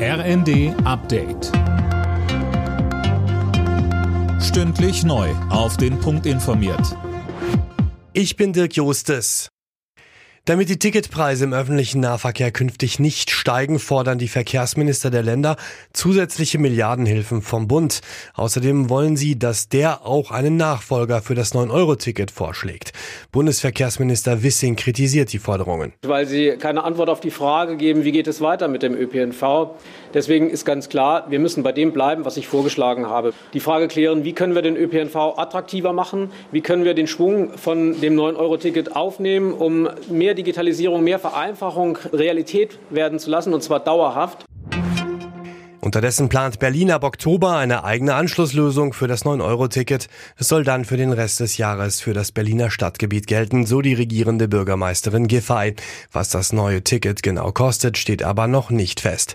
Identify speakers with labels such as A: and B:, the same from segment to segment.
A: RND Update. Stündlich neu auf den Punkt informiert.
B: Ich bin Dirk Jostes. Damit die Ticketpreise im öffentlichen Nahverkehr künftig nicht steigen, fordern die Verkehrsminister der Länder zusätzliche Milliardenhilfen vom Bund. Außerdem wollen sie, dass der auch einen Nachfolger für das 9-Euro-Ticket vorschlägt. Bundesverkehrsminister Wissing kritisiert die Forderungen.
C: Weil sie keine Antwort auf die Frage geben, wie geht es weiter mit dem ÖPNV. Deswegen ist ganz klar, wir müssen bei dem bleiben, was ich vorgeschlagen habe. Die Frage klären, wie können wir den ÖPNV attraktiver machen? Wie können wir den Schwung von dem 9-Euro-Ticket aufnehmen, um mehr Digitalisierung, mehr Vereinfachung Realität werden zu lassen, und zwar dauerhaft.
B: Unterdessen plant Berlin ab Oktober eine eigene Anschlusslösung für das 9-Euro-Ticket. Es soll dann für den Rest des Jahres für das Berliner Stadtgebiet gelten, so die regierende Bürgermeisterin Giffey. Was das neue Ticket genau kostet, steht aber noch nicht fest.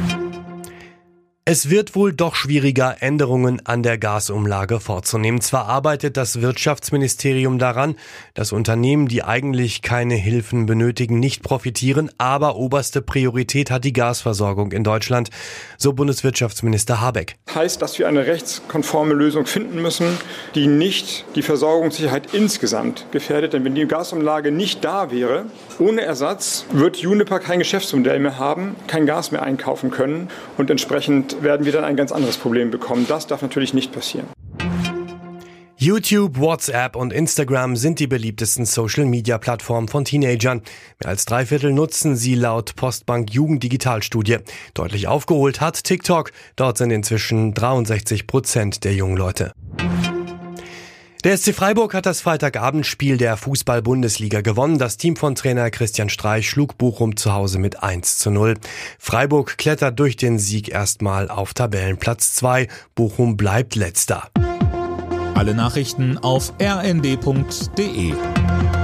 B: Es wird wohl doch schwieriger, Änderungen an der Gasumlage vorzunehmen. Zwar arbeitet das Wirtschaftsministerium daran, dass Unternehmen, die eigentlich keine Hilfen benötigen, nicht profitieren, aber oberste Priorität hat die Gasversorgung in Deutschland, so Bundeswirtschaftsminister Habeck.
D: Heißt, dass wir eine rechtskonforme Lösung finden müssen, die nicht die Versorgungssicherheit insgesamt gefährdet. Denn wenn die Gasumlage nicht da wäre, ohne Ersatz wird Uniper kein Geschäftsmodell mehr haben, kein Gas mehr einkaufen können und entsprechend werden wir dann ein ganz anderes Problem bekommen. Das darf natürlich nicht passieren.
B: YouTube, WhatsApp und Instagram sind die beliebtesten Social-Media-Plattformen von Teenagern. Mehr als 3/4 nutzen sie laut Postbank Jugenddigitalstudie. Deutlich aufgeholt hat TikTok. Dort sind inzwischen 63% der jungen Leute. Der SC Freiburg hat das Freitagabendspiel der Fußball-Bundesliga gewonnen. Das Team von Trainer Christian Streich schlug Bochum zu Hause mit 1:0. Freiburg klettert durch den Sieg erstmal auf Tabellenplatz 2. Bochum bleibt Letzter.
A: Alle Nachrichten auf rnd.de.